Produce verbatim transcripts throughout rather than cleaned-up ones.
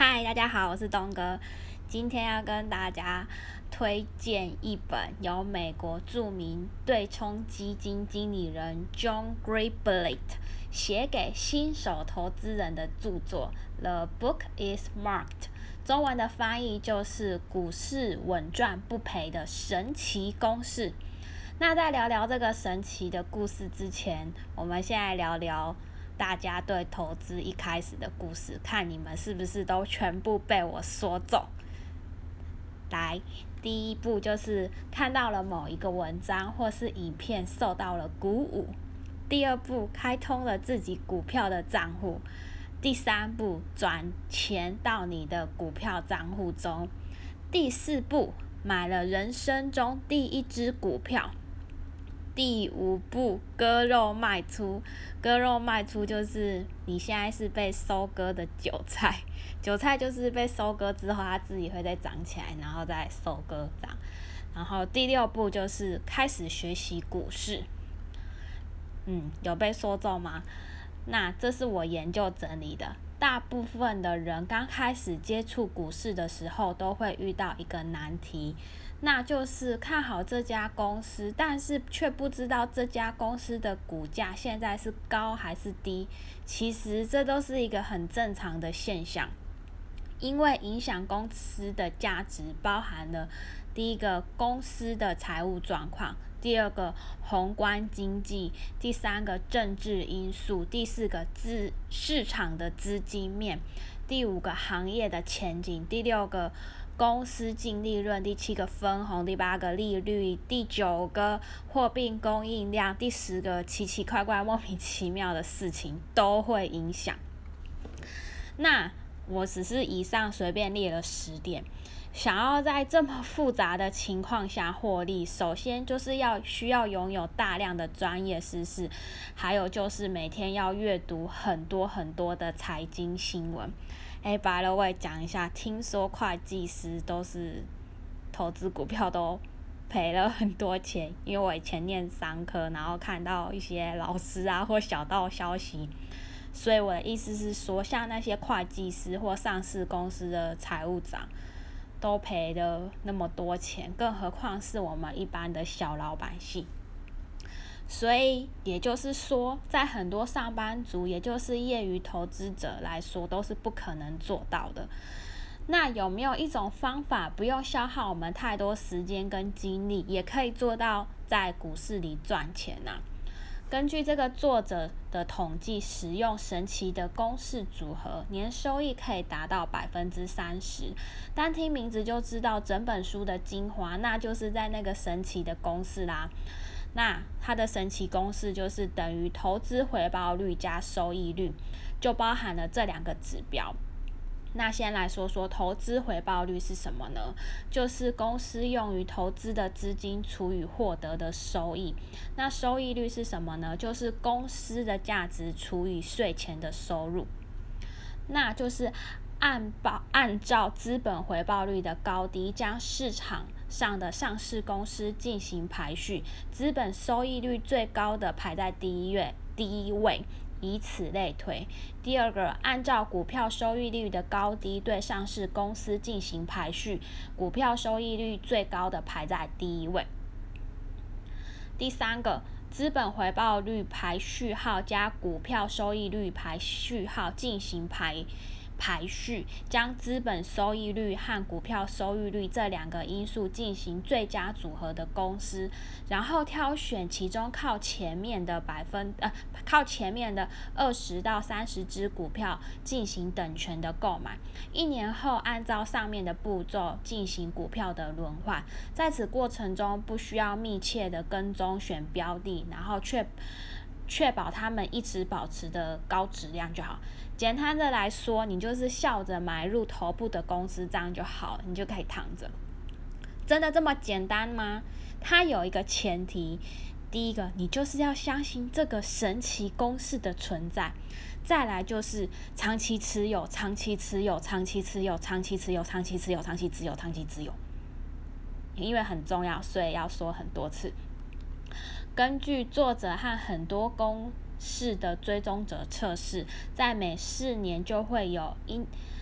嗨，大家好，我是东哥。今天要跟大家推荐一本由美国著名对冲基金经理人 John Greenblatt 写给新手投资人的著作《The Book is Marked》，中文的翻译就是股市稳赚不赔的神奇公式。那在聊聊这个神奇的故事之前，我们先来聊聊大家对投资一开始的故事，看你们是不是都全部被我说中。来，第一步就是看到了某一个文章或是影片受到了鼓舞。第二步，开通了自己股票的账户。第三步，转钱到你的股票账户中。第四步，买了人生中第一支股票。第五步，割肉卖出。割肉卖出就是你现在是被收割的韭菜，韭菜就是被收割之后它自己会再长起来，然后再收割这样。然后第六步就是开始学习股市。嗯，有被说中吗？那这是我研究整理的。大部分的人刚开始接触股市的时候都会遇到一个难题，那就是看好这家公司，但是却不知道这家公司的股价现在是高还是低。其实这都是一个很正常的现象，因为影响公司的价值包含了第一个公司的财务状况，第二个宏观经济，第三个政治因素，第四个资市场的资金面，第五个行业的前景，第六个公司净利润，第七个分红，第八个利率，第九个货币供应量，第十个奇奇怪怪莫名其妙的事情都会影响。那我只是以上随便列了十点。想要在这么复杂的情况下获利，首先就是要需要拥有大量的专业知识，还有就是每天要阅读很多很多的财经新闻。哎，by the way，讲一下，听说会计师都是投资股票都赔了很多钱，因为我以前念商科，然后看到一些老师啊或小道消息，所以我的意思是说，像那些会计师或上市公司的财务长都赔了那么多钱，更何况是我们一般的小老百姓。所以也就是说，在很多上班族，也就是业余投资者来说，都是不可能做到的。那有没有一种方法，不用消耗我们太多时间跟精力，也可以做到在股市里赚钱呢？根据这个作者的统计，使用神奇的公式组合，年收益可以达到百分之三十。单听名字就知道整本书的精华，那就是在那个神奇的公式啦。那它的神奇公式就是等于投资回报率加收益率，就包含了这两个指标。那先来说说投资回报率是什么呢？就是公司用于投资的资金除以获得的收益。那收益率是什么呢？就是公司的价值除以税前的收入。那就是按报按照资本回报率的高低，将市场上的上市公司进行排序，资本收益率最高的排在第一位，第一位。以此类推。第二个，按照股票收益率的高低对上市公司进行排序，股票收益率最高的排在第一位。第三个，资本回报率排序号加股票收益率排序号进行排排序，将资本收益率和股票收益率这两个因素进行最佳组合的公司，然后挑选其中靠前面的百分呃靠前面的二十到三十只股票进行等权的购买。一年后，按照上面的步骤进行股票的轮换，在此过程中不需要密切的跟踪选标的，然后确确保他们一直保持的高质量就好。简单的来说，你就是笑着买入头部的公司，这样就好了，你就可以躺着。真的这么简单吗？它有一个前提，第一个，你就是要相信这个神奇公式的存在。再来就是长期持有，长期持有，长期持有，长期持有，长期持有，长期持有，长期持有。因为很重要，所以要说很多次。根据作者和很多公式的追踪者测试，在每四年就会有因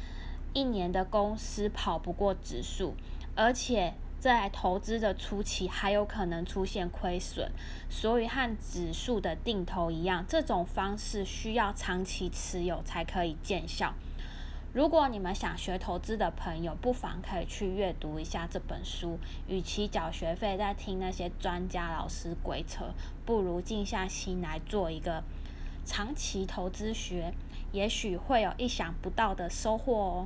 一年的公司跑不过指数，而且在投资的初期还有可能出现亏损，所以和指数的定投一样，这种方式需要长期持有才可以见效。如果你们想学投资的朋友，不妨可以去阅读一下这本书。与其缴学费再听那些专家老师鬼扯，不如静下心来做一个长期投资学，也许会有意想不到的收获哦。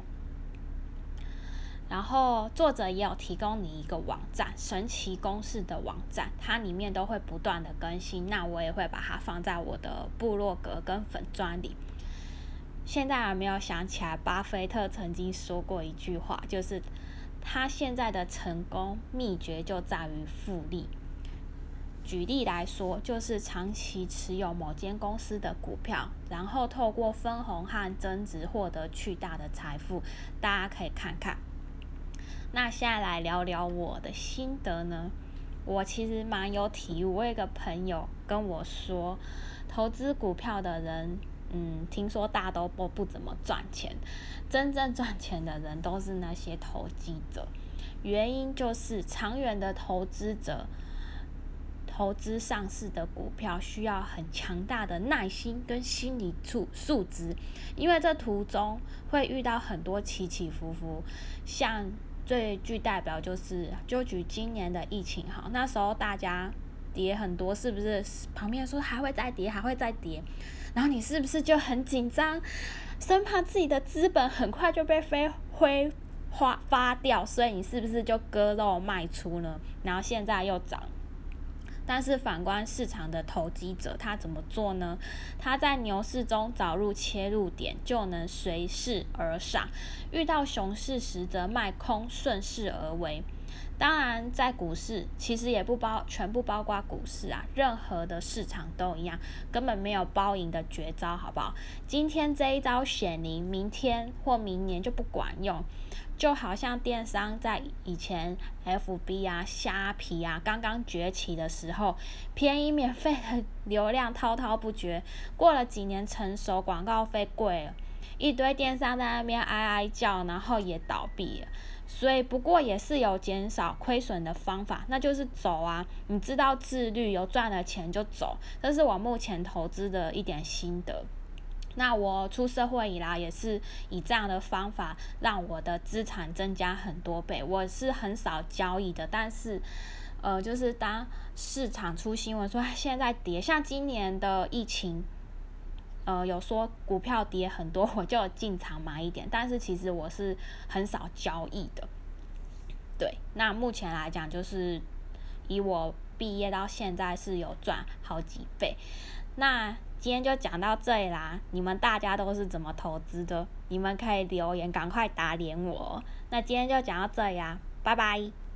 然后作者也有提供你一个网站，神奇公式的网站，它里面都会不断的更新，那我也会把它放在我的部落格跟粉专里。现在还没有想起来，巴菲特曾经说过一句话，就是他现在的成功秘诀就在于复利。举例来说，就是长期持有某间公司的股票，然后透过分红和增值获得巨大的财富，大家可以看看。那现在来聊聊我的心得呢，我其实蛮有体悟。我有一个朋友跟我说，投资股票的人嗯，听说大都不不怎么赚钱，真正赚钱的人都是那些投机者。原因就是长远的投资者投资上市的股票需要很强大的耐心跟心理素素质，因为这途中会遇到很多起起伏伏，像最具代表就是就举今年的疫情好，那时候大家跌很多，是不是旁边说还会再跌还会再跌，然后你是不是就很紧张，生怕自己的资本很快就被飞挥花发掉，所以你是不是就割肉卖出呢？然后现在又涨。但是反观市场的投机者，他怎么做呢？他在牛市中找入切入点，就能随势而上；遇到熊市时则卖空，顺势而为。当然，在股市其实也不包全部包括股市啊，任何的市场都一样，根本没有包赢的绝招，好不好？今天这一招显灵，明天或明年就不管用。就好像电商在以前 F B 啊、虾皮啊刚刚崛起的时候，便宜免费的流量滔滔不绝，过了几年成熟，广告费贵了，一堆电商在那边哀哀叫，然后也倒闭了。所以不过也是有减少亏损的方法，那就是走啊，你知道自律，有赚了钱就走，这是我目前投资的一点心得。那我出社会以来也是以这样的方法让我的资产增加很多倍。我是很少交易的，但是呃，就是当市场出新闻说现在跌，像今年的疫情呃，有说股票跌很多，我就进场买一点，但是其实我是很少交易的。对，那目前来讲，就是以我毕业到现在是有赚好几倍。那今天就讲到这里啦，你们大家都是怎么投资的？你们可以留言，赶快打脸我。那今天就讲到这里啦，拜拜。